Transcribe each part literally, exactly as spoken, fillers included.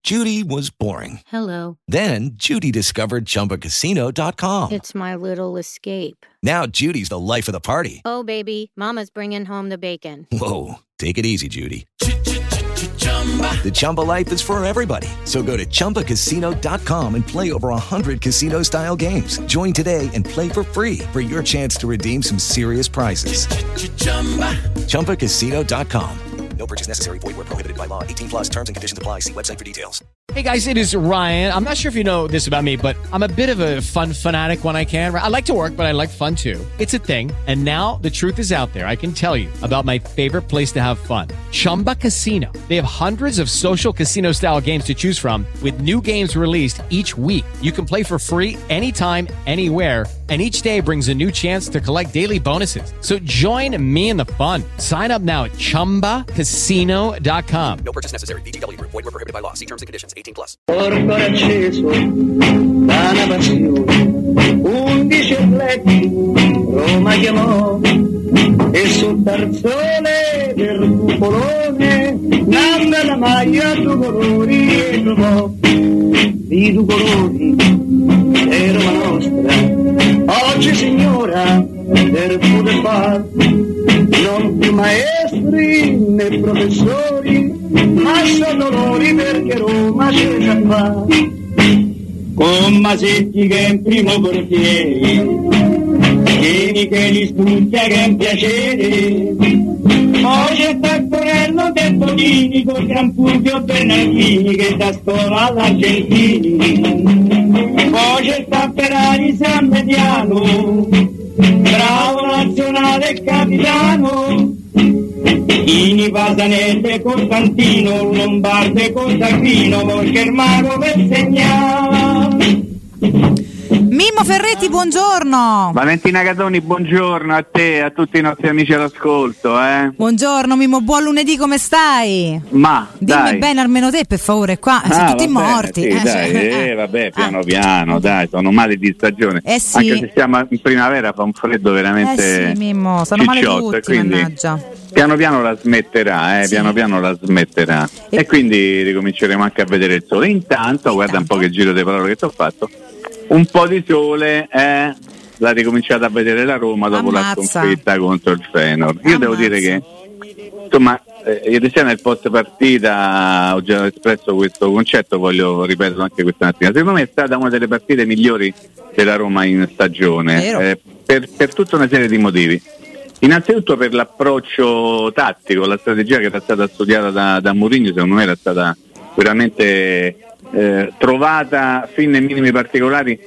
Judy was boring. Hello. Then Judy discovered Chumba Casino dot com. It's my little escape. Now Judy's the life of the party. Oh, baby, mama's bringing home the bacon. Whoa, take it easy, Judy. The Chumba life is for everybody. So go to Chumba Casino dot com and play over one hundred casino-style games. Join today and play for free for your chance to redeem some serious prizes. Chumba Casino dot com. No purchase necessary. Void where prohibited by law. eighteen plus terms and conditions apply. See website for details. Hey guys, it is Ryan. I'm not sure if you know this about me, but I'm a bit of a fun fanatic when I can. I like to work, but I like fun too. It's a thing. And now the truth is out there. I can tell you about my favorite place to have fun. Chumba Casino. They have hundreds of social casino style games to choose from with new games released each week. You can play for free anytime, anywhere. And each day brings a new chance to collect daily bonuses. So join me in the fun. Sign up now at Chumba Casino dot com. No purchase necessary. V G W Group. Void where prohibited by law. See terms and conditions. eighteen plus. Porto acceso da una passione, undici atleti Roma chiamò e sul tarzone del cupolone nanda la maglia a due colori e trovò di due colori è Roma nostra, oggi signora del poter far, non più maestri né professori, ma sono loro perché Roma c'è già fa. Con Masetti che è in primo portiere, Tieni che li studia che è un piacere, poi c'è Taccorello del Bonini con Gran Fulvio Bernardini che da scuola all'Argentini, poi c'è Tapperari San Mediano, bravo nazionale capitano, Ini Pasanese Costantino, Lombarde Costantino, perché il mago per segnare. Mimmo Ferretti, buongiorno. Valentina Catoni, buongiorno a te e a tutti i nostri amici all'ascolto. Eh. Buongiorno Mimmo, buon lunedì, come stai? Ma dimmi dai. bene almeno te, per favore, qua ah, siamo tutti morti. Sì, eh, dai, cioè, eh, vabbè, piano ah. piano, dai, sono mali di stagione. Eh sì. Anche se siamo in primavera fa un freddo veramente eh sì, Mimmo, sono male tutti, quindi mannaggia. Piano piano la smetterà, eh, sì. piano piano la smetterà. E, e quindi ricominceremo anche a vedere il sole. Intanto, Intanto. guarda un po' che giro di parole che ti ho fatto. Un po' di sole, eh, l'ha ricominciato a vedere la Roma dopo Ammazza. la sconfitta contro il Feyenoord. Io Ammazza. devo dire che, insomma, eh, ieri sera nel post partita ho già espresso questo concetto, voglio ripeterlo anche questa mattina. Secondo me è stata una delle partite migliori della Roma in stagione, eh, per, per tutta una serie di motivi. Innanzitutto per l'approccio tattico, la strategia che era stata studiata da, da Mourinho, secondo me era stata veramente eh, trovata fin nei minimi particolari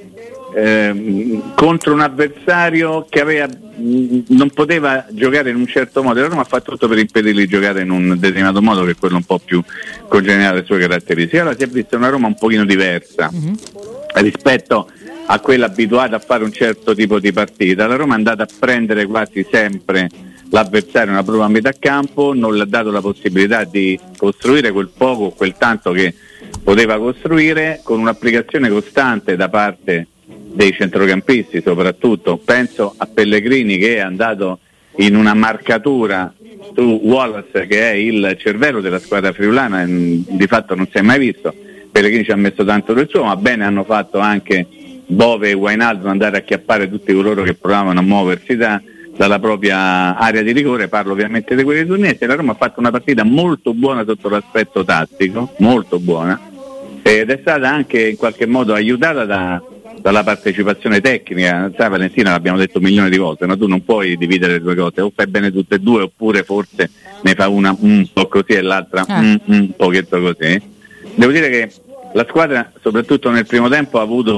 eh, contro un avversario che aveva mh, non poteva giocare in un certo modo. La Roma ha fatto tutto per impedirgli di giocare in un determinato modo, che è quello un po' più congeniale alle sue caratteristiche. Allora si è vista una Roma un pochino diversa mm-hmm. rispetto a quella abituata a fare un certo tipo di partita. La Roma è andata a prendere quasi sempre l'avversario nella propria metà campo, non le ha dato la possibilità di costruire quel poco, quel tanto che poteva costruire, con un'applicazione costante da parte dei centrocampisti soprattutto. Penso a Pellegrini, che è andato in una marcatura su Wallace, che è il cervello della squadra friulana, e di fatto non si è mai visto. Pellegrini ci ha messo tanto del suo, ma bene hanno fatto anche Bove e Wijnaldum andare a acchiappare tutti coloro che provavano a muoversi da, dalla propria area di rigore. Parlo ovviamente di quelli turnesi. La Roma ha fatto una partita molto buona sotto l'aspetto tattico, molto buona, ed è stata anche in qualche modo aiutata da, dalla partecipazione tecnica. Sai Valentina, l'abbiamo detto milioni di volte, no? Tu non puoi dividere le due cose, o fai bene tutte e due oppure forse ne fa una un po' così e l'altra ah. un, un pochetto così. Devo dire che la squadra, soprattutto nel primo tempo, ha avuto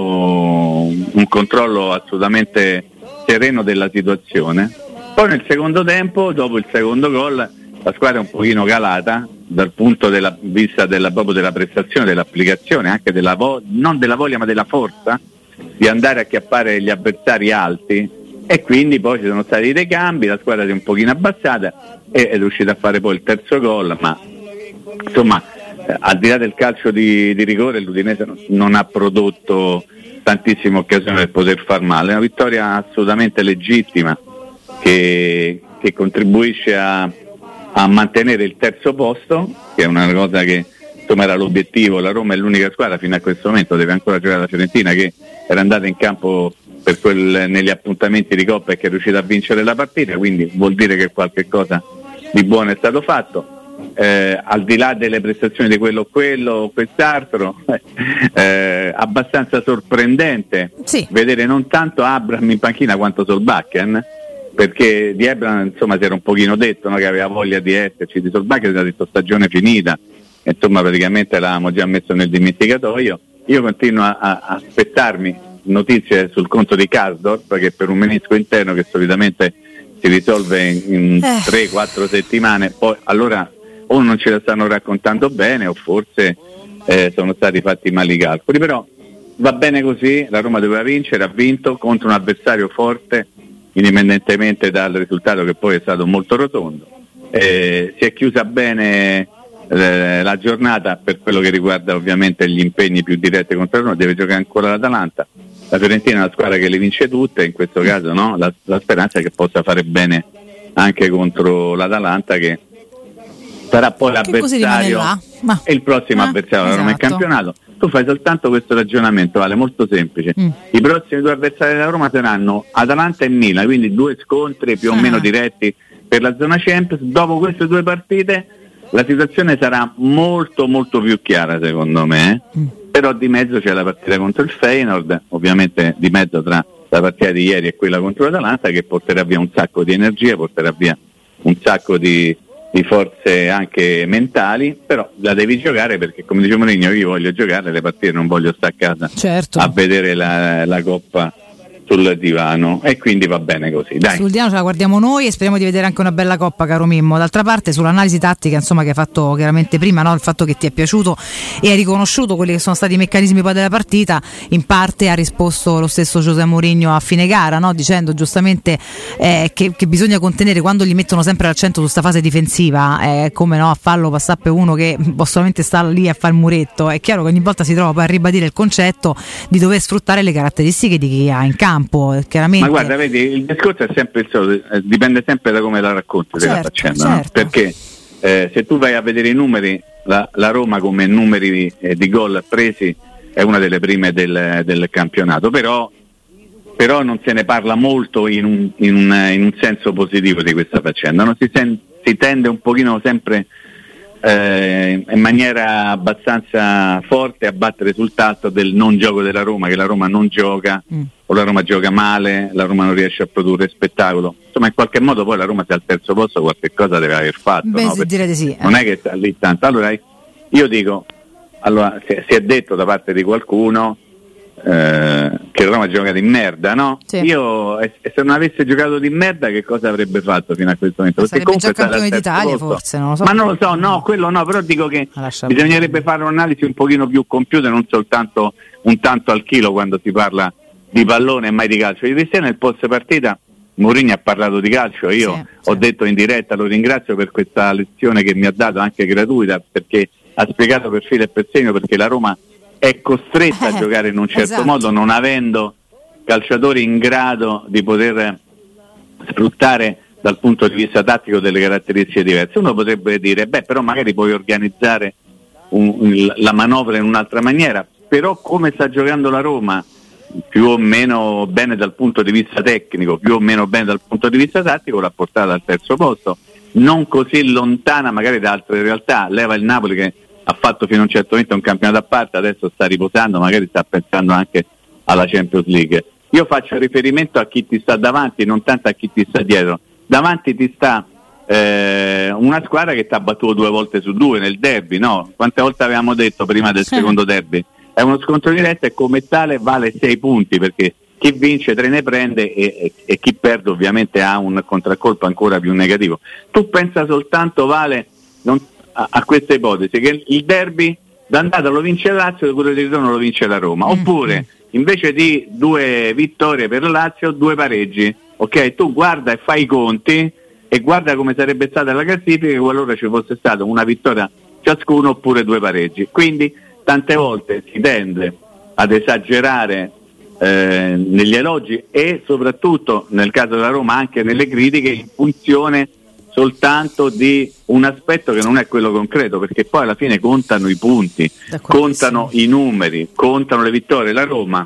un controllo assolutamente sereno della situazione. Poi nel secondo tempo, dopo il secondo gol, la squadra è un pochino calata dal punto della vista della, proprio della prestazione, dell'applicazione, anche della vo- non della voglia ma della forza di andare a acchiappare gli avversari alti, e quindi poi ci sono stati dei cambi, la squadra si è un pochino abbassata e è riuscita a fare poi il terzo gol, ma insomma Eh, al di là del calcio di, di rigore l'Udinese non, non ha prodotto tantissime occasioni per poter far male. È una vittoria assolutamente legittima che, che contribuisce a, a mantenere il terzo posto, che è una cosa che insomma era l'obiettivo. La Roma è l'unica squadra fino a questo momento, deve ancora giocare la Fiorentina, che era andata in campo per quel, negli appuntamenti di Coppa e che è riuscita a vincere la partita, quindi vuol dire che qualche cosa di buono è stato fatto. Eh, al di là delle prestazioni di quello o quello o quest'altro, eh, abbastanza sorprendente sì. vedere non tanto Abraham in panchina quanto Solbakken, perché di Abraham insomma si era un pochino detto, no, che aveva voglia di esserci, di Solbakken si era detto stagione finita, insomma praticamente l'avevamo già messo nel dimenticatoio. Io continuo a, a aspettarmi notizie sul conto di Karsdorp, che per un menisco interno che solitamente si risolve in tre quattro settimane, poi allora o non ce la stanno raccontando bene o forse eh, sono stati fatti mali calcoli, però va bene così. La Roma doveva vincere, ha vinto contro un avversario forte, indipendentemente dal risultato che poi è stato molto rotondo. Eh, si è chiusa bene eh, la giornata per quello che riguarda ovviamente gli impegni più diretti contro la Roma. Deve giocare ancora l'Atalanta. La Fiorentina è una squadra che le vince tutte, in questo caso no? la, la speranza è che possa fare bene anche contro l'Atalanta, che sarà poi l'avversario Ma... e il prossimo ah, avversario della Roma in campionato. Tu fai soltanto questo ragionamento, Vale, molto semplice. Mm. I prossimi due avversari della Roma saranno Atalanta e Milan, quindi due scontri più o meno diretti per la zona Champions. Dopo queste due partite la situazione sarà molto molto più chiara, secondo me. Mm. Però di mezzo c'è la partita contro il Feyenoord, ovviamente di mezzo tra la partita di ieri e quella contro l'Atalanta, che porterà via un sacco di energia, porterà via un sacco di di forze anche mentali, però la devi giocare, perché come dice Mourinho io voglio giocare le partite, non voglio stare a casa certo. a vedere la, la Coppa sul divano, e quindi va bene così. Dai. Sul divano ce la guardiamo noi e speriamo di vedere anche una bella Coppa, caro Mimmo. D'altra parte sull'analisi tattica insomma che hai fatto chiaramente prima, no? Il fatto che ti è piaciuto e hai riconosciuto quelli che sono stati i meccanismi poi della partita, in parte ha risposto lo stesso José Mourinho a fine gara, no? Dicendo giustamente eh, che, che bisogna contenere, quando gli mettono sempre l'accento su sta fase difensiva, eh, come no, a fallo passappe uno che può solamente stare lì a fare il muretto. È chiaro che ogni volta si trova poi a ribadire il concetto di dover sfruttare le caratteristiche di chi ha in campo. Chiaramente. Ma guarda, vedi, il discorso è sempre il solito, eh, dipende sempre da come la racconti certo, della faccenda, certo. no? Perché eh, se tu vai a vedere i numeri, la, la Roma come numeri di, eh, di gol presi è una delle prime del, del campionato, però, però non se ne parla molto in un, in, un, in un senso positivo di questa faccenda, no? si, sen- si tende un pochino sempre Eh, in maniera abbastanza forte a battere sul tasto del non gioco della Roma, che la Roma non gioca mm. o la Roma gioca male, la Roma non riesce a produrre spettacolo. Insomma, in qualche modo poi la Roma, se al terzo posto qualche cosa deve aver fatto. Beh, no? si direi di sì, eh. Non è che sta lì tanto. Allora io dico, allora si, si è detto da parte di qualcuno eh, che la Roma gioca di merda, no? Sì. Io e, e se non avesse giocato di merda, che cosa avrebbe fatto fino a questo momento? Perché sarebbe già campione d'Italia posto. Forse, non lo so. Ma non lo so, no, quello no, però dico che bisognerebbe fare un'analisi un pochino più compiuta, non soltanto un tanto al chilo quando si parla di pallone e mai di calcio. Ieri sera nel post partita Mourinho ha parlato di calcio, io sì, ho sì. detto in diretta, lo ringrazio per questa lezione che mi ha dato, anche gratuita, perché ha spiegato per filo e per segno perché la Roma è costretta eh, a giocare in un certo esatto. modo, non avendo calciatori in grado di poter sfruttare dal punto di vista tattico delle caratteristiche diverse. Uno potrebbe dire, beh, però magari puoi organizzare un, un, la manovra in un'altra maniera, però come sta giocando la Roma, più o meno bene dal punto di vista tecnico, più o meno bene dal punto di vista tattico, l'ha portata al terzo posto, non così lontana magari da altre realtà. Leva il Napoli che ha fatto fino a un certo momento un campionato a parte, adesso sta riposando, magari sta pensando anche alla Champions League. Io faccio riferimento a chi ti sta davanti, non tanto a chi ti sta dietro. Davanti ti sta eh, una squadra che ti ha battuto due volte su due nel derby, no? Quante volte avevamo detto prima del sì. secondo derby? È uno scontro diretto e come tale vale sei punti, perché chi vince tre ne prende e, e, e chi perde ovviamente ha un contraccolpo ancora più negativo. Tu pensa soltanto, Vale, non, a, a questa ipotesi, che il derby d'andata lo vince la Lazio e quello di ritorno lo vince la Roma, mm-hmm. oppure invece di due vittorie per la Lazio, due pareggi. Ok, tu guarda e fai i conti e guarda come sarebbe stata la classifica qualora ci fosse stata una vittoria ciascuno oppure due pareggi. Quindi tante volte si tende ad esagerare eh, negli elogi e soprattutto nel caso della Roma anche nelle critiche in funzione soltanto di un aspetto che non è quello concreto, perché poi alla fine contano i punti, contano i numeri, contano le vittorie. La Roma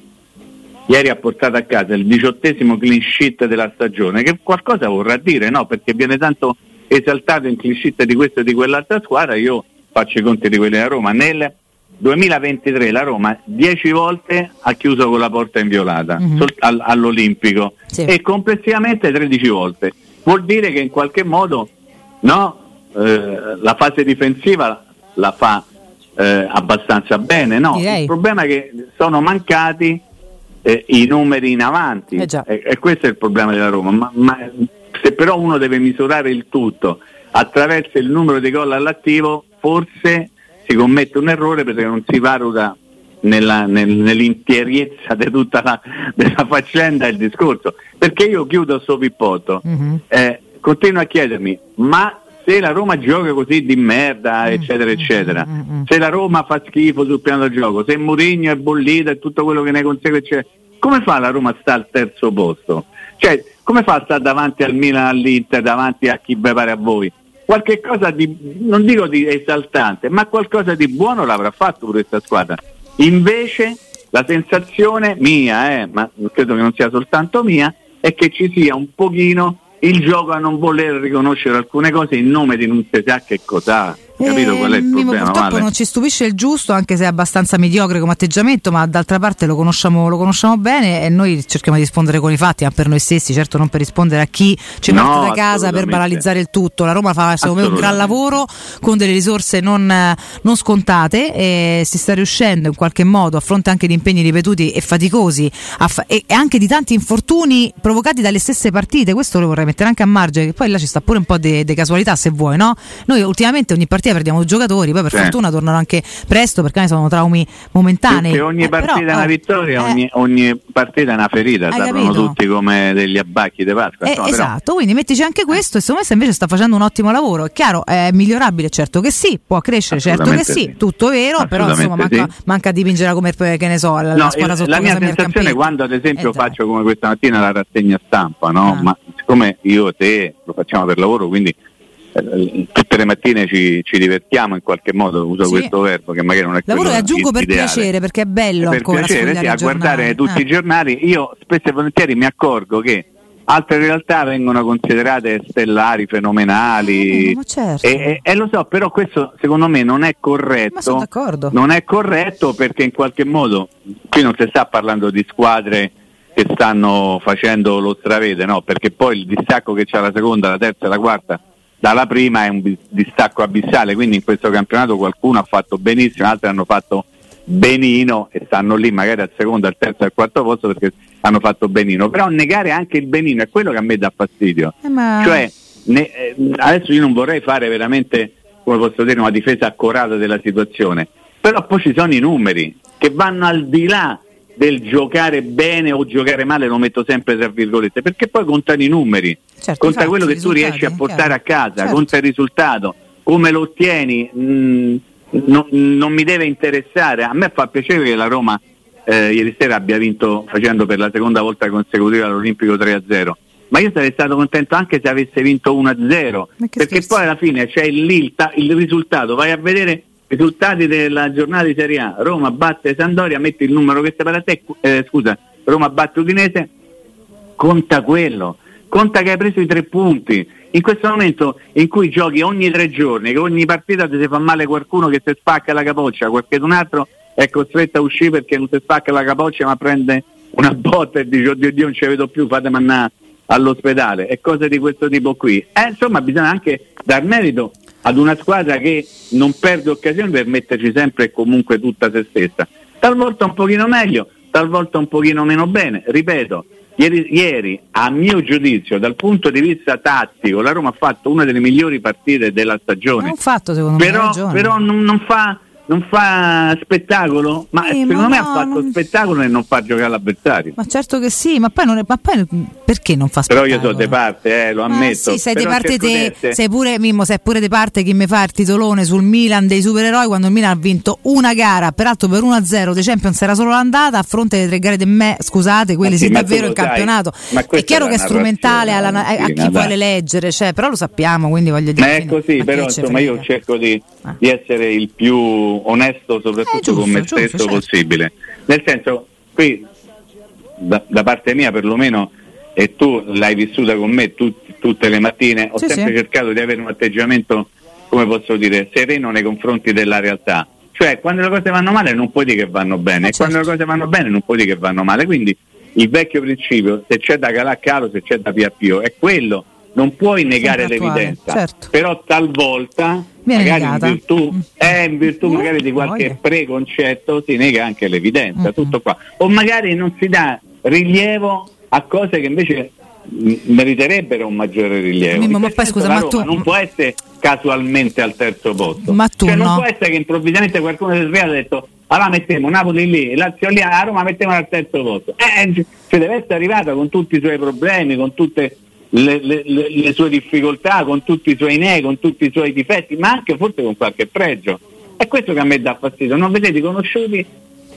ieri ha portato a casa il diciottesimo clean sheet della stagione, che qualcosa vorrà dire, no? Perché viene tanto esaltato in clean sheet di questa e di quell'altra squadra. Io faccio i conti di quelli della Roma. Nel duemilaventitré la Roma dieci volte ha chiuso con la porta inviolata, mm-hmm. sol- all- all'Olimpico, sì. E complessivamente tredici volte. Vuol dire che in qualche modo, no, eh, la fase difensiva la fa eh, abbastanza bene, no? Direi. Il problema è che sono mancati eh, i numeri in avanti, eh e, e questo è il problema della Roma. Ma, ma se però uno deve misurare il tutto attraverso il numero di gol all'attivo, forse si commette un errore, perché non si valuta nella, nel, nell'interiezza di tutta la della faccenda il discorso. Perché io chiudo sto pippotto, mm-hmm. eh, continuo a chiedermi, ma se la Roma gioca così di merda, eccetera eccetera, mm-hmm. se la Roma fa schifo sul piano del gioco, se Mourinho è bollito e tutto quello che ne consegue, eccetera, come fa la Roma a stare al terzo posto? Cioè, come fa a stare davanti al Milan, all'Inter, davanti a chi vi pare a voi? Qualche cosa di, non dico di esaltante, ma qualcosa di buono l'avrà fatto pure questa squadra. Invece la sensazione mia, eh, ma credo che non sia soltanto mia, è che ci sia un pochino il gioco a non voler riconoscere alcune cose in nome di non si sa che cos'ha. Capito eh, qual è il Mimo, problema? purtroppo vale? Non ci stupisce il giusto, anche se è abbastanza mediocre come atteggiamento, ma d'altra parte lo conosciamo, lo conosciamo bene e noi cerchiamo di rispondere con i fatti, ma per noi stessi, certo non per rispondere a chi ci no, parte da casa per banalizzare il tutto. La Roma fa secondo me un gran lavoro con delle risorse non, non scontate e si sta riuscendo in qualche modo, a fronte anche di impegni ripetuti e faticosi a fa- e anche di tanti infortuni provocati dalle stesse partite. Questo lo vorrei mettere anche a margine, che poi là ci sta pure un po' di casualità, se vuoi, no? Noi ultimamente ogni partita perdiamo giocatori, poi per sì. fortuna tornano anche presto, perché ne sono traumi momentanei. Perché ogni eh, partita però, è una oh, vittoria, eh, ogni, ogni partita è una ferita, saranno tutti come degli abbacchi di Pasqua. Eh, insomma, esatto, però... quindi mettici anche questo, e secondo me invece sta facendo un ottimo lavoro. È chiaro, è migliorabile, certo che sì, può crescere, certo che sì, sì. Tutto vero, però insomma manca, sì. manca a dipingere come, che ne so, la, no, la squadra sotto la mia sensazione quando ad esempio eh, faccio come questa mattina la rassegna stampa, no? Ah. Ma siccome io e te lo facciamo per lavoro, quindi tutte le mattine ci, ci divertiamo in qualche modo, uso sì. questo verbo che magari non è lavoro quello e aggiungo per ideale. piacere, perché è bello per ancora piacere, sì, a guardare tutti eh. i giornali. Io spesso e volentieri mi accorgo che altre realtà vengono considerate stellari, fenomenali, eh, ma certo. e, e, e lo so, però questo secondo me non è corretto. Ma sono d'accordo. Non è corretto, perché in qualche modo qui non si sta parlando di squadre che stanno facendo lo stravede, no? Perché poi il distacco che c'è la seconda, la terza e la quarta dalla prima è un distacco abissale, quindi in questo campionato qualcuno ha fatto benissimo, altri hanno fatto benino e stanno lì magari al secondo, al terzo e al quarto posto perché hanno fatto benino. Però negare anche il benino è quello che a me dà fastidio, eh ma... cioè ne, eh, adesso io non vorrei fare veramente, come posso dire, una difesa accurata della situazione, però poi ci sono i numeri che vanno al di là del giocare bene o giocare male, lo metto sempre tra virgolette, perché poi contano i numeri, certo, conta infatti, quello che tu riesci a portare chiaro. a casa, certo. conta il risultato, come lo ottieni, mh, no, non mi deve interessare. A me fa piacere che la Roma eh, ieri sera abbia vinto facendo per la seconda volta consecutiva l'Olimpico tre a zero, ma io sarei stato contento anche se avesse vinto uno a zero, perché scherzo. Poi alla fine c'è lì il, ta- il risultato, vai a vedere risultati della giornata di Serie A. Roma batte Sampdoria, metti il numero che sta per a te, eh, scusa, Roma batte Udinese, conta quello, conta che hai preso i tre punti. In questo momento in cui giochi ogni tre giorni, che ogni partita ti si fa male qualcuno che si spacca la capoccia, qualcun altro è costretto a uscire perché non si spacca la capoccia ma prende una botta e dice oddio Dio non ci vedo più, fatemi andare all'ospedale, e cose di questo tipo qui. Eh, insomma bisogna anche dar merito ad una squadra che non perde occasioni per metterci sempre e comunque tutta se stessa, talvolta un pochino meglio, talvolta un pochino meno bene. Ripeto, ieri, ieri a mio giudizio dal punto di vista tattico la Roma ha fatto una delle migliori partite della stagione, è un fatto, secondo però, me, però non, non fa non fa spettacolo, ma sì, secondo ma me no, ha fatto non... spettacolo e non fa giocare l'avversario. Ma certo che sì, ma poi, non è, ma poi perché non fa spettacolo? Però io sono de parte, eh, lo ma ammetto. Sì, sei però de parte te, essere... sei pure Mimmo, sei pure de parte chi mi fa il titolone sul Milan dei supereroi quando il Milan ha vinto una gara, peraltro per uno a zero, The Champions era solo l'andata a fronte delle tre gare di me, scusate, quelli sì, sì davvero in campionato. È chiaro che è strumentale alla, a, a chi dai. vuole leggere, cioè, però lo sappiamo, quindi voglio dire. Ma è così, ma però insomma io cerco di, ah. di essere il più onesto soprattutto eh, giusto, con me giusto, stesso certo. possibile. Nel senso, qui da, da parte mia perlomeno, e tu l'hai vissuta con me tu, tutte le mattine, ho sì, sempre sì. cercato di avere un atteggiamento, come posso dire, sereno nei confronti della realtà. Cioè, quando le cose vanno male non puoi dire che vanno bene, certo. e quando le cose vanno bene non puoi dire che vanno male. Quindi il vecchio principio, se c'è da calà a calo, se c'è da pia a pio, è quello. Non puoi negare l'evidenza, certo. però talvolta Viene magari negata. in virtù, mm. eh, in virtù mm. magari di qualche oh, preconcetto si nega anche l'evidenza, mm-hmm. tutto qua. O magari non si dà rilievo a cose che invece m- meriterebbero un maggiore rilievo. Mimmo, ma poi scusa, ma tu non può essere casualmente al terzo posto. Ma tu cioè, no. non può essere che improvvisamente qualcuno si sveglia e ha detto allora mettiamo Napoli lì, Lazio lì, a Roma mettiamo al terzo posto. Eh, cioè deve essere arrivata con tutti i suoi problemi, con tutte Le, le, le sue difficoltà, con tutti i suoi nei, con tutti i suoi difetti, ma anche forse con qualche pregio. È questo che a me dà fastidio, non vedete conosciuti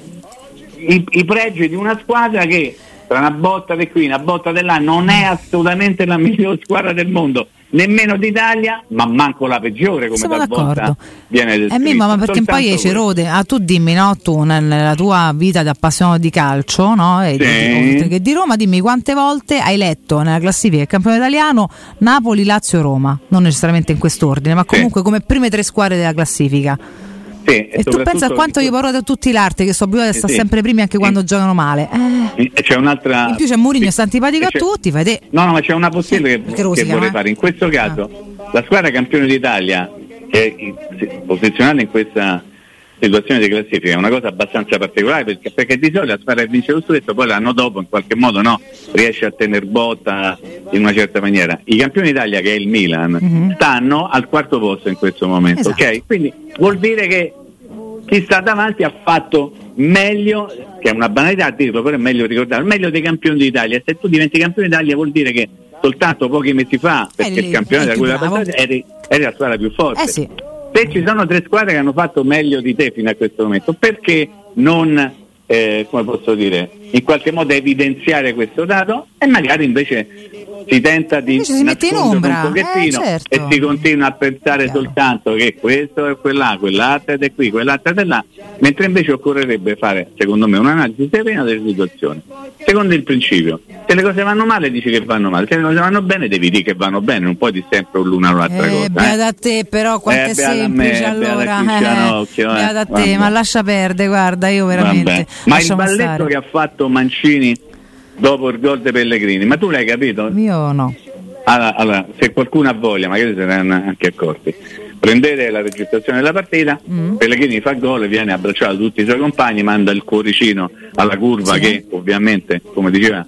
i, i pregi di una squadra che tra una botta di qui, una botta di là non è assolutamente la miglior squadra del mondo, nemmeno d'Italia, ma manco la peggiore come talvolta viene descritta. Eh, Mimmo, ma perché Soltanto poi ci rode, ah, tu dimmi, no, tu nella tua vita di appassionato di calcio, no, e sì. di, che di Roma, dimmi quante volte hai letto nella classifica del campione italiano Napoli, Lazio, Roma, non necessariamente in quest'ordine, ma comunque sì. come prime tre squadre della classifica. Sì, e, e tu pensa a quanto io parlo da tutti l'arte che sto abituati a stare sì. sempre primi anche quando sì. giocano male. Eh. E c'è un'altra. In più c'è Mourinho, sì. sta antipatico a tutti, fai te. No, no, ma c'è una possibile sì, che, che vorrei fare. In questo caso, ah. la squadra campione d'Italia, che è posizionata in questa situazione di classifica, è una cosa abbastanza particolare perché, perché di solito la squadra che vince lo scudetto poi l'anno dopo in qualche modo no, riesce a tener botta in una certa maniera. I campioni d'Italia, che è il Milan, mm-hmm. stanno al quarto posto in questo momento, esatto. ok? Quindi vuol dire che chi sta davanti ha fatto meglio, che è una banalità a dirlo, però è meglio ricordarlo, meglio dei campioni d'Italia. Se tu diventi campione d'Italia vuol dire che soltanto pochi mesi fa, perché il campione da cui la passata eri, eri la squadra più forte. Eh sì. Se ci sono tre squadre che hanno fatto meglio di te fino a questo momento, perché non, eh, come posso dire, in qualche modo evidenziare questo dato e magari invece si tenta di si mette in ombra un pochettino eh, certo. e si continua a pensare Chiaro. soltanto che questo è quell'A, quell'altro è qui, quell'altro è là, mentre invece occorrerebbe fare, secondo me, un'analisi serena delle situazioni. Secondo il principio, se le cose vanno male dici che vanno male, se le cose vanno bene devi dire che vanno bene, non puoi dire sempre l'una o l'altra eh, cosa. Beata eh. a te, però quanto eh, è semplice me, allora. Eh, beata a te, vabbè. ma lascia perdere, guarda, io veramente. Ma il balletto stare. che ha fatto Mancini dopo il gol dei Pellegrini, ma tu l'hai capito? Io no. Allora, allora, se qualcuno ha voglia, magari se ne hanno anche accorti, prendete la registrazione della partita, mm. Pellegrini fa gol, viene abbracciato da tutti i suoi compagni, manda il cuoricino alla curva sì. che ovviamente, come diceva,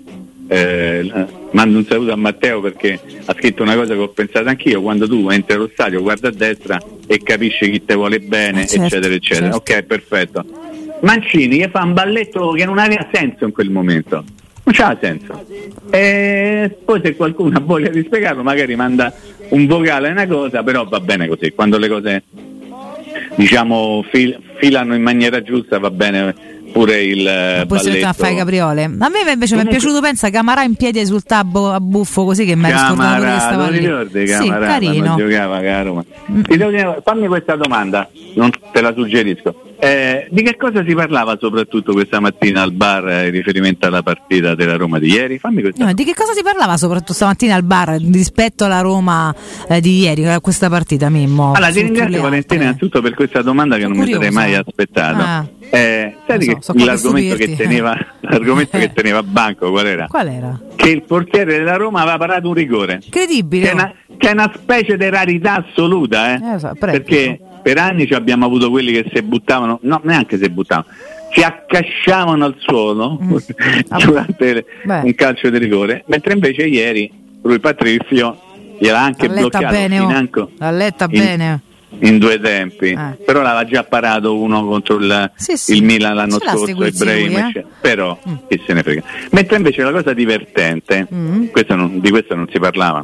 eh, mando un saluto a Matteo perché ha scritto una cosa che ho pensato anch'io: quando tu entri allo stadio guarda a destra e capisci chi te vuole bene, eh, certo, eccetera eccetera, certo. Ok, perfetto. Mancini gli fa un balletto che non aveva senso in quel momento, non c'ha senso, e poi se qualcuno ha voglia di spiegarlo magari manda un vocale, una cosa, però va bene così, quando le cose diciamo fil- filano in maniera giusta va bene pure il non può balletto. A fare capriole. A me invece Comunque... mi è piaciuto, pensa, Camarà in piedi sul tabbo a buffo così, che mi ha riscordato che stava lì. Ricordi, sì, Camarà, carino. Giocava, caro. Mm. Ti devo dire, fammi questa domanda, non te la suggerisco. Eh, di che cosa si parlava soprattutto questa mattina al bar in riferimento alla partita della Roma di ieri? Fammi questa no, di che cosa si parlava soprattutto stamattina al bar rispetto alla Roma eh, di ieri, a questa partita, Mimmo? Allora, ti ringrazio Valentina innanzitutto per questa domanda che Sono non curiosa. mi sarei mai aspettato. Ah. Eh, sai so, che so l'argomento che teneva l'argomento che teneva a banco qual era? Qual era? Che il portiere della Roma aveva parato un rigore. Credibile. Che è una, che è una specie di rarità assoluta, eh? eh so, perché per anni ci abbiamo avuto quelli che si buttavano, no, neanche si buttavano, si accasciavano al suolo mm. durante Beh. un calcio di rigore, mentre invece ieri Rui Patricio gliel'ha anche l'ha letta bloccato bene, oh. financo, l'ha letta in, bene in due tempi, eh. però l'aveva già parato uno contro il, sì, sì. il Milan l'anno Ce l'ha scorso, Ibrahimovic, eh? Però mm. chi se ne frega. Mentre invece la cosa divertente, mm. questo non, di questo non si parlava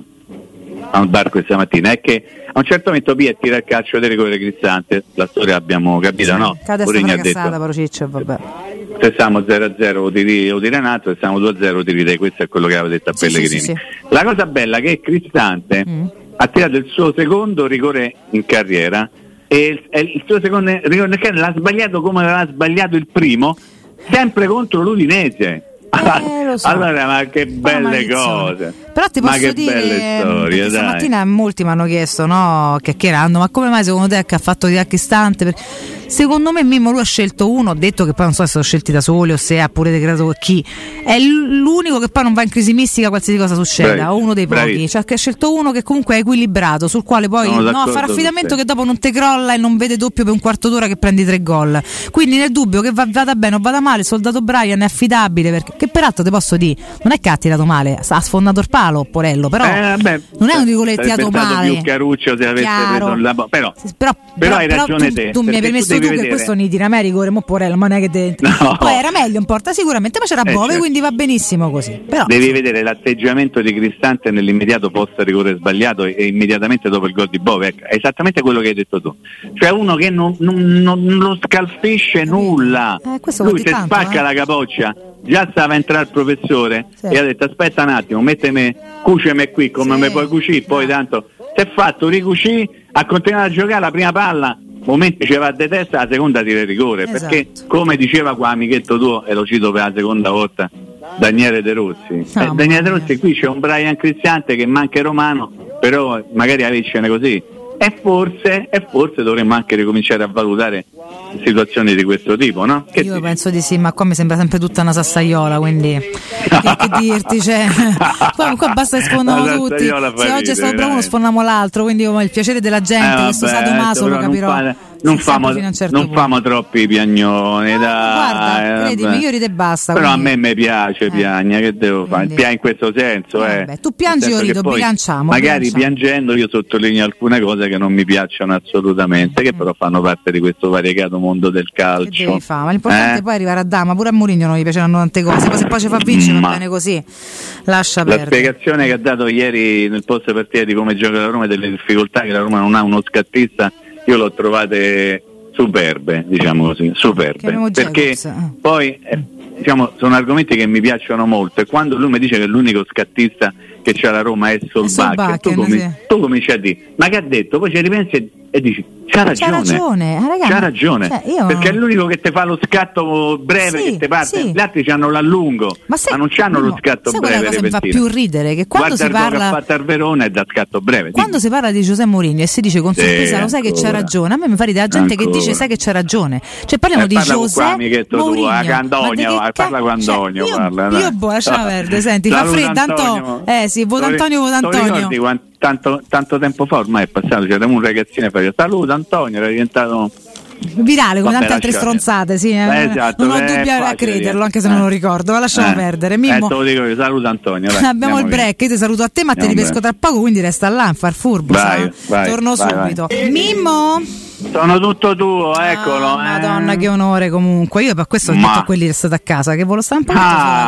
al bar questa mattina, è che a un certo momento Pia tira il calcio di rigore Cristante, la storia abbiamo capito, sì, no? Cade sta fracassata però Ciccio, vabbè. Se siamo zero a zero o di, o di Renato, se siamo due a zero o di te, questo è quello che aveva detto a sì, Pellegrini. Sì, sì, sì. La cosa bella è che Cristante mm. ha tirato il suo secondo rigore in carriera e il, il suo secondo rigore in carriera l'ha sbagliato come aveva sbagliato il primo, sempre contro l'Udinese. Eh, so. Allora, ma che belle cose! Però ti ma posso che dire, belle storie, dai. Stamattina molti mi hanno chiesto, no, chiacchierando, ma come mai secondo te che ha fatto di Cristante? Secondo me Mimmo lui ha scelto uno, ho detto che poi non so se sono scelti da soli o se ha pure decretato chi, è l'unico che poi non va in crisi mistica qualsiasi cosa succeda, bravi, o uno dei pochi, bravi. Cioè che ha scelto uno che comunque è equilibrato, sul quale poi no, fare affidamento che dopo non te crolla e non vede doppio per un quarto d'ora che prendi tre gol. Quindi nel dubbio che va, vada bene o vada male, il soldato Brian è affidabile, perché che peraltro ti posso dire, non è che ha tirato male, ha sfondato il palo Porello, però eh, vabbè, non è uno di quelli che ha tirato male. Più Caruccio se avesse preso la bo- però, sì, però, però, però hai ragione tu, te. Tu mi hai permesso tu, tu che questo non tira me rigore, mo Porello, ma non è che te... no. Poi era meglio in porta sicuramente, ma c'era eh, Bove, certo. Quindi va benissimo così. Però, devi vedere l'atteggiamento di Cristante nell'immediato post rigore sbagliato e, e immediatamente dopo il gol di Bove, ecco, è esattamente quello che hai detto tu. Cioè uno che non, non, non lo scalfisce eh, nulla. Eh, Lui si tanto, spacca eh. la capoccia. Già stava a entrare il professore sì. E ha detto aspetta un attimo, metteme, cuceme qui come sì. Me puoi cucire, poi tanto si è fatto ricucì, ha continuato a giocare la prima palla, momenti ci va di testa, la seconda tira il rigore, esatto. Perché come diceva qua amichetto tuo, e lo cito per la seconda volta, Daniele De Rossi, no, eh, Daniele De Rossi, qui c'è un Brian Cristante che manca romano, però magari a vincere così. E forse, e forse dovremmo anche ricominciare a valutare situazioni di questo tipo, no? Che io dici? penso di sì, ma qua mi sembra sempre tutta una sassaiola, quindi che, che dirti, cioè, qua, qua basta che sfondiamo tutti, se oggi è stato bravo uno sfondiamo l'altro, quindi io ho il piacere della gente, eh, questo sadomaso lo capirò. Fare, non famo, certo non famo troppi piagnoni, dai. Guarda, eh, credimi, io ride e basta. Però quindi. a me mi piace, eh. Piagna, che devo fare? Piagna in questo senso, eh. Vabbè, tu piangi, io rido, bilanciamo. Magari bilanciamo. Piangendo io sottolineo alcune cose che non mi piacciono assolutamente, che mm. però fanno parte di questo variegato mondo del calcio. Che devi fare? Ma l'importante eh? è poi arrivare a Dama, pure a Mourinho non gli piaceranno tante cose, poi se poi ci fa vincere va bene così. Lascia la perdere. Spiegazione che ha dato ieri nel post partita di come gioca la Roma e delle difficoltà che la Roma non ha uno scattista, io l'ho trovate superbe, diciamo così, superbe, perché poi eh, diciamo sono argomenti che mi piacciono molto e quando lui mi dice che l'unico scattista che c'ha la Roma è Solbakken, tu, comi- sì. tu cominci a dire ma che ha detto, poi ci ripensi e dici c'ha ragione, c'ha ragione, ah, ragazzi, c'ha ragione. Cioè, io... perché è l'unico che ti fa lo scatto breve, sì, che ti parte, sì. Gli altri c'hanno l'allungo, ma, se... ma non c'hanno no, lo scatto sai breve. Cosa mi fa più ridere che quando guarda si parla, che ha fatto al Verona è da scatto breve. Quando dimmi. si parla di José Mourinho e si dice con sorpresa, sì, lo sai ancora. Che c'ha ragione, a me mi fa ridere la gente ancora. Che dice sai che c'ha ragione, cioè parliamo eh, di José Mourinho, Antonio, ca- parla con Antonio, cioè, parla, io, io boh, lasciamo perdere, senti, fa freddo Antonio, eh sì, voto Antonio, voto Antonio. Tanto, tanto tempo fa ormai è passato, c'era un ragazzino e faceva saluto Antonio, era diventato virale come vabbè, tante altre stronzate, sì, eh. eh, esatto, non ho eh, dubbi a crederlo, anche se non lo ricordo, ma lasciamo eh, perdere. Mimmo, eh, te lo dico io, saluto Antonio, dai, abbiamo il break, io ti saluto a te, ma te ripesco tra poco, quindi resta là a far furbo, vai, vai, torno vai, subito. Vai. Mimmo, sono tutto tuo, eccolo. Ah, eh. Madonna, che onore comunque. Io per questo ho detto a quelli che state a casa che ve lo sta un po'.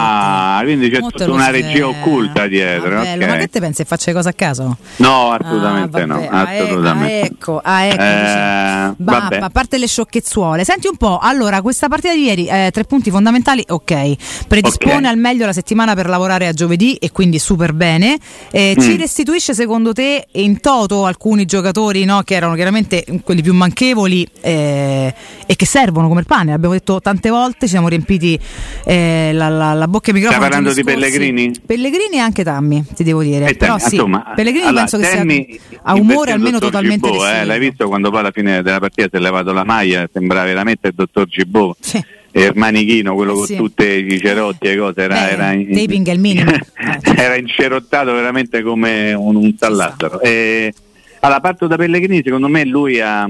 Ah, quindi c'è tutta una regia sei... occulta dietro. Ah, okay. Ma che te pensi? Faccio cose a caso? No, assolutamente ah, no. Ah, assolutamente. Ah, ecco, ah, ecco. Eh, bah, a parte le sciocchezzuole, senti un po'. Allora, questa partita di ieri, eh, tre punti fondamentali. Ok, predispone okay. al meglio la settimana per lavorare a giovedì e quindi super bene. Eh, mm. Ci restituisce secondo te in toto alcuni giocatori, no, che erano chiaramente quelli più manchevoli? Eh, e che servono come il pane, abbiamo detto tante volte, ci siamo riempiti eh, la, la, la bocca e i microfoni. Stai parlando di Pellegrini? Pellegrini e anche Tammy, ti devo dire. Eh, però sì, insomma, Pellegrini allora, penso che Tammy, sia a umore almeno totalmente Gibbo, eh, l'hai visto quando poi alla fine della partita si è levato la maglia, sembrava veramente il dottor Gibbo. Sì. E il manichino, quello eh, con sì. tutti i cerotti e cose, era, Beh, era, in, taping è il minimo. era incerottato veramente come un, un tallattero. E, allora, parto da Pellegrini, secondo me lui ha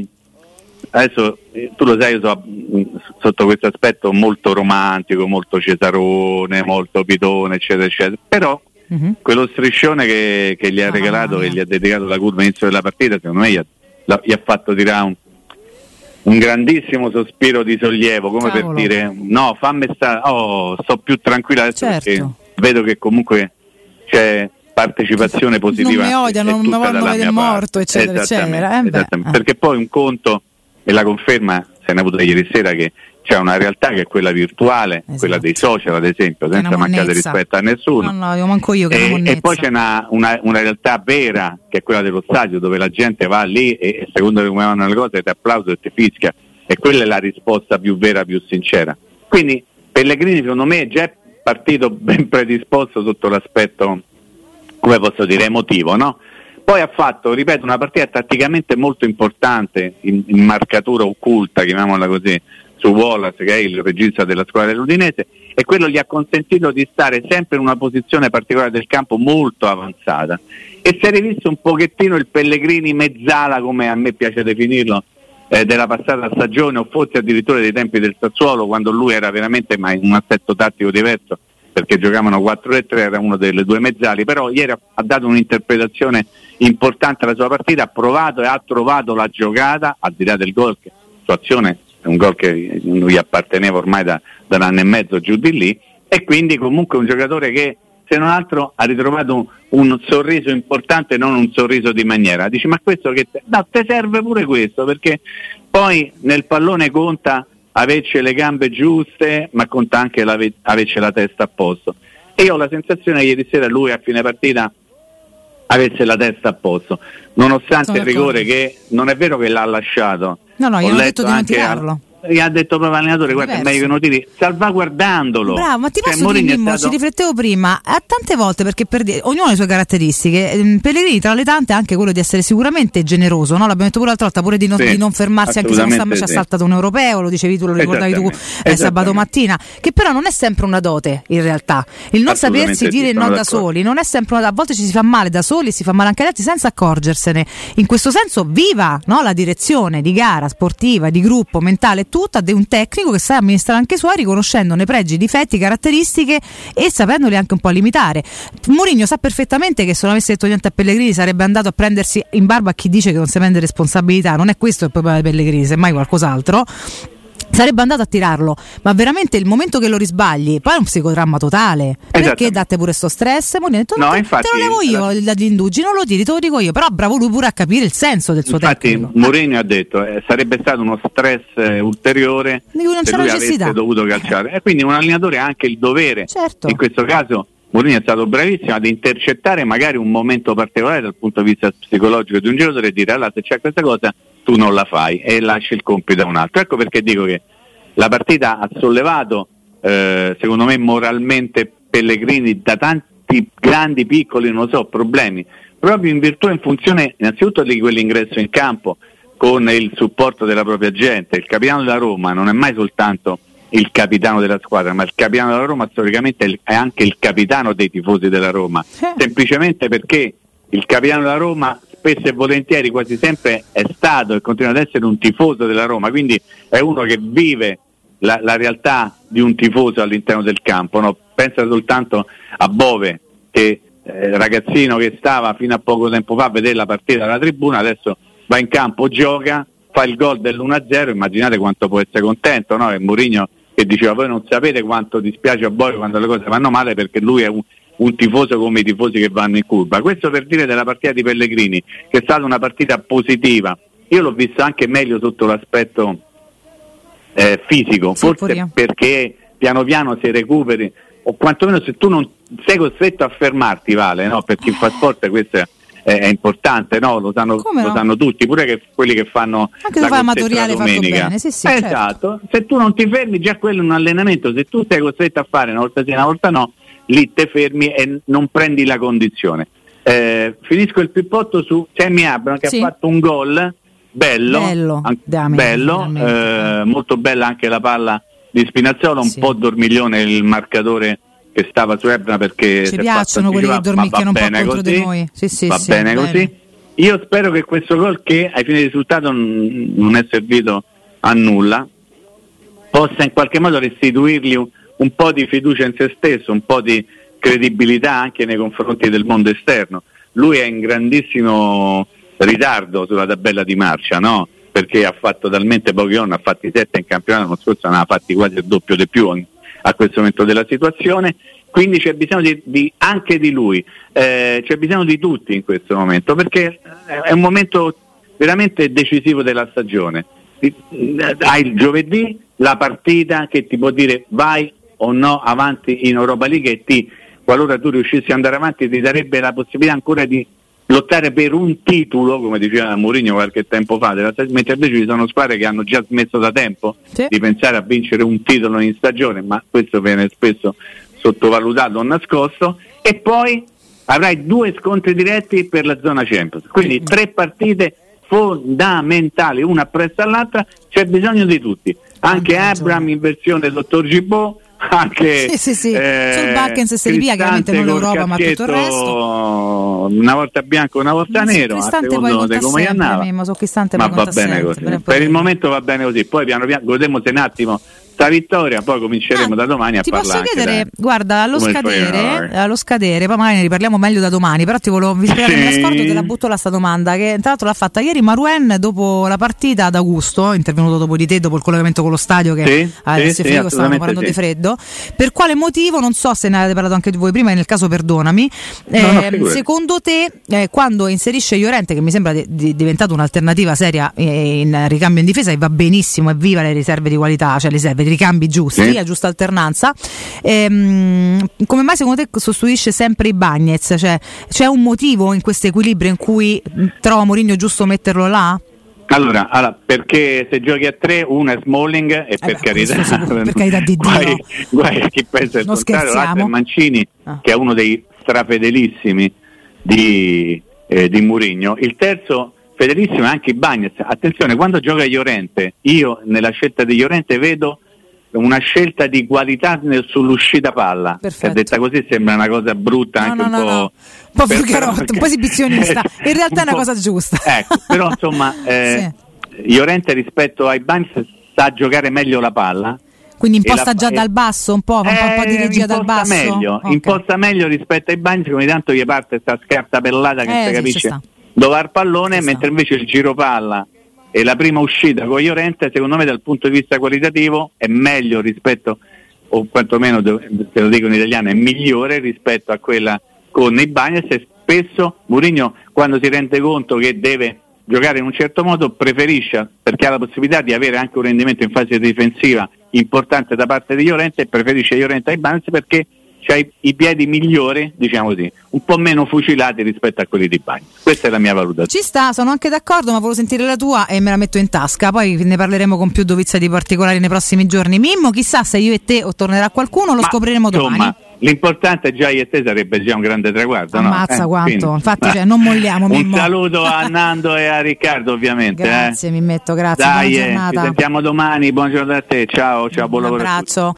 adesso tu lo sai, io so, sotto questo aspetto molto romantico, molto Cesarone, molto Pitone, eccetera, eccetera, però uh-huh. quello striscione che, che gli ha regalato, oh, che gli ha dedicato la curva all'inizio della partita, secondo me gli ha, la, gli ha fatto tirare un, un grandissimo sospiro di sollievo, come Cavolo. per dire no, fammi stare, oh, sto più tranquilla adesso, Certo. perché vedo che comunque c'è partecipazione positiva. Non mi odiano, e non tutta vogliono dalla vedere mia morto, parte. eccetera, Esattamente, eccetera. Eh beh, esattamente. eh. Perché poi un conto, e la conferma se ne ha avuta ieri sera, che c'è una realtà che è quella virtuale, Esatto. quella dei social ad esempio, Che è senza una mancare monnezza. rispetto a nessuno. No, no, io manco io che è una E, monnezza. e poi c'è una, una, una realtà vera, che è quella dello stadio, dove la gente va lì e, e secondo come vanno le cose ti applauso e ti fischia, e quella è la risposta più vera, più sincera. Quindi Pellegrini secondo me è già partito ben predisposto sotto l'aspetto, come posso dire, emotivo, no? Poi ha fatto, ripeto, una partita tatticamente molto importante in, in marcatura occulta, chiamiamola così, su Wallace, che è il regista della squadra dell'Udinese, e quello gli ha consentito di stare sempre in una posizione particolare del campo molto avanzata, e si è rivisto un pochettino il Pellegrini mezzala, come a me piace definirlo, eh, della passata stagione, o forse addirittura dei tempi del Sassuolo, quando lui era veramente, ma in un assetto tattico diverso, perché giocavano quattro e tre, era uno delle due mezzali, però ieri ha dato un'interpretazione importante alla sua partita, ha provato e ha trovato la giocata, al di là del gol, che sua azione è un gol che lui apparteneva ormai da, da un anno e mezzo giù di lì, e quindi comunque un giocatore che se non altro ha ritrovato un, un sorriso importante, non un sorriso di maniera. Dici, ma questo che te, no, te serve pure questo, perché poi nel pallone conta averci le gambe giuste, ma conta anche l'ave- averci la testa a posto. E io ho la sensazione che ieri sera lui a fine partita avesse la testa a posto, nonostante Sono il rigore, d'accordo. che non è vero che l'ha lasciato. No, no, Ho io ho letto detto di non anche tirarlo. a- gli ha detto proprio l'allenatore, guarda, è Diverso. meglio che non tiri, salvaguardandolo. Bravo, ma ti Cioè, posso dire, Mourinho è Mimmo, stato- ci riflettevo prima, a tante volte, perché per dire, ognuno ha le sue caratteristiche. Ehm, Pellegrini tra le tante ha anche quello di essere sicuramente generoso, no? L'abbiamo detto pure l'altra volta, pure di non, Sì, di non fermarsi anche se non sta assolutamente ci ha sì. saltato un europeo, lo dicevi tu, lo ricordavi tu Esattamente, eh, sabato esattamente. mattina, che però non è sempre una dote in realtà. Il non Assolutamente sapersi sì, dire sono no da d'accordo. soli non è sempre una, a volte ci si fa male da soli e si fa male anche agli altri senza accorgersene. In questo senso viva, no, la direzione di gara sportiva, di gruppo, mentale e tutta di un tecnico che sa amministrare anche i suoi, riconoscendone pregi, difetti, caratteristiche e sapendoli anche un po' limitare. Mourinho sa perfettamente che se non avesse detto niente a Pellegrini sarebbe andato a prendersi in barba a chi dice che non si prende responsabilità. Non è questo il problema di Pellegrini, semmai qualcos'altro. Sarebbe andato a tirarlo, ma veramente il momento che lo risbagli poi è un psicodramma totale, perché Esattamente. date pure sto stress. Mourinho ha detto, No, te, infatti, te lo levo io la- gli indugi, non lo tiri, te lo dico io. Però bravo lui pure a capire il senso del suo Infatti tecnico. Mourinho ha detto eh, sarebbe stato uno stress eh, ulteriore Di cui non se c'è lui necessità. avesse dovuto calciare, e quindi un allenatore ha anche il dovere, Certo. in questo caso Mourinho è stato bravissimo ad intercettare magari un momento particolare dal punto di vista psicologico di un giocatore e dire allora se c'è questa cosa tu non la fai e lasci il compito a un altro. Ecco perché dico che la partita ha sollevato eh, secondo me moralmente Pellegrini da tanti grandi, piccoli, non lo so, problemi, proprio in virtù e in funzione innanzitutto di quell'ingresso in campo con il supporto della propria gente. Il capitano della Roma non è mai soltanto il capitano della squadra, ma il capitano della Roma storicamente è il- è anche il capitano dei tifosi della Roma, semplicemente perché il capitano della Roma spesso e volentieri, quasi sempre, è stato e continua ad essere un tifoso della Roma, quindi è uno che vive la, la realtà di un tifoso all'interno del campo, no? Pensa soltanto a Bove, che eh, ragazzino che stava fino a poco tempo fa a vedere la partita dalla tribuna, adesso va in campo, gioca, fa il gol dell'uno a zero, immaginate quanto può essere contento, no? E Mourinho che diceva voi non sapete quanto dispiace a Bove quando le cose vanno male, perché lui è un, un tifoso come i tifosi che vanno in curva. Questo per dire della partita di Pellegrini, che è stata una partita positiva. Io l'ho vista anche meglio sotto l'aspetto eh, fisico, Sì, pure io. forse perché piano piano si recuperi, o quantomeno se tu non sei costretto a fermarti, vale, no? Per chi fa sport questo è, è importante, no? Lo sanno, Come no? lo sanno tutti, pure che quelli che fanno Anche la se fai corsetta amatoriale la fatto domenica. bene, sì, sì, Eh, certo. esatto, se tu non ti fermi, già quello è un allenamento, se tu sei costretto a fare una volta sì, una volta no, lì te fermi e non prendi la condizione. Eh, finisco il pippotto su Semi Abraham che Sì. ha fatto un gol bello, Bello, an- veramente, bello veramente. eh, molto bella anche la palla di Spinazzola, un Sì. po' dormiglione il marcatore che stava su Ebra, perché Ci si è piacciono fatto quelli che anticipare, ma dormicchiano un va po' bene contro così, di noi. Sì, sì, va sì, bene bene. così. Io spero che questo gol, che ai fini di risultato n- non è servito a nulla, possa in qualche modo restituirgli un, un po' di fiducia in se stesso, un po' di credibilità anche nei confronti del mondo esterno. Lui è in grandissimo ritardo sulla tabella di marcia, no? Perché ha fatto talmente pochi gol, ha fatti sette in campionato, l'anno scorso ne ha fatti quasi il doppio di più a questo momento della situazione, quindi c'è bisogno di, di, anche di lui, eh, c'è bisogno di tutti in questo momento, perché è un momento veramente decisivo della stagione. Hai il giovedì la partita che ti può dire vai o no avanti in Europa League e ti, qualora tu riuscissi ad andare avanti, ti darebbe la possibilità ancora di lottare per un titolo, come diceva Mourinho qualche tempo fa, della, mentre invece ci sono squadre che hanno già smesso da tempo sì. di pensare a vincere un titolo in stagione, ma questo viene spesso sottovalutato o nascosto, e poi avrai due scontri diretti per la zona Champions, quindi tre partite fondamentali, una appresso all'altra, c'è bisogno di tutti, anche Abraham in versione dottor Gibaud, anche sì, sì, sì. Eh, sul Bakkens e Serie B, chiaramente non l'Europa ma tutto il resto, una volta bianco una volta ma nero, a secondo di come andava, ma va bene così, per, per il momento va bene così, poi piano piano godemmosi un attimo sta vittoria, poi cominceremo ah, da domani a ti parlare. Ti posso chiedere, dai, guarda, allo scadere, allo scadere, poi magari ne riparliamo meglio da domani, però ti volevo, vi spiegare, sì. me la scordo, te la butto là sta domanda, che tra l'altro l'ha fatta ieri Maruen dopo la partita ad Augusto, intervenuto dopo di te, dopo il collegamento con lo stadio che sì, ah, sì, frigo, stavamo parlando sì. di freddo, per quale motivo, non so se ne avete parlato anche voi prima, nel caso perdonami, eh, no, no, secondo te eh, quando inserisce Llorente, che mi sembra di, di, diventato un'alternativa seria eh, in ricambio in difesa, e va benissimo, evviva le riserve di qualità, cioè le riserve di ricambi giusti, sì. a giusta alternanza, ehm, come mai secondo te sostituisce sempre i Bagnez? Cioè, c'è un motivo in questo equilibrio in cui trova Mourinho giusto metterlo là? Allora, allora, perché se giochi a tre, uno è Smalling e eh per, beh, carità, per carità di Dio, guai, guai a chi pensa il contrario, l'altro è Mancini, ah. che è uno dei strafedelissimi di, eh, di Mourinho. Il terzo fedelissimo è anche i Bagnez. Attenzione, quando gioca Llorente, io nella scelta di Llorente vedo una scelta di qualità nel, sull'uscita palla. Perfetto. Detta così sembra una cosa brutta, no, anche no, un, no, po', no. un po' furcherotto, un po' esibizionista, in realtà un è una cosa giusta. Ecco, però insomma eh, sì. Llorente rispetto ai Bagnez sa giocare meglio la palla, quindi imposta la, già eh, dal basso un po', un eh, po' di regia dal basso, meglio, okay. imposta meglio rispetto ai Bagnez, come tanto gli parte sta scarta pellata che eh, non si sì, capisce dove va il pallone, ci mentre sta. invece il giro palla e la prima uscita con Llorente, secondo me dal punto di vista qualitativo è meglio rispetto, o quantomeno te lo dico in italiano, è migliore rispetto a quella con i Bagnez, e spesso Mourinho, quando si rende conto che deve giocare in un certo modo, preferisce, perché ha la possibilità di avere anche un rendimento in fase difensiva importante da parte di Llorente, e preferisce Llorente ai Bagnez perché c'hai i piedi migliori, diciamo così, un po' meno fucilati rispetto a quelli di Bagnez. Questa è la mia valutazione. Ci sta, sono anche d'accordo, ma volevo sentire la tua e me la metto in tasca, poi ne parleremo con più dovizia di particolari nei prossimi giorni. Mimmo, chissà se io e te o tornerà qualcuno, lo ma, scopriremo domani. Insomma, l'importante già io e te sarebbe già un grande traguardo. Ammazza, no? eh, quanto, quindi, infatti cioè, non molliamo. Mimmo. Un saluto a Nando e a Riccardo ovviamente. Grazie, eh. mi metto, grazie. Dai, buona eh, giornata. Ci sentiamo domani, buona giornata a te, ciao, ciao, buon, buon lavoro. Un abbraccio.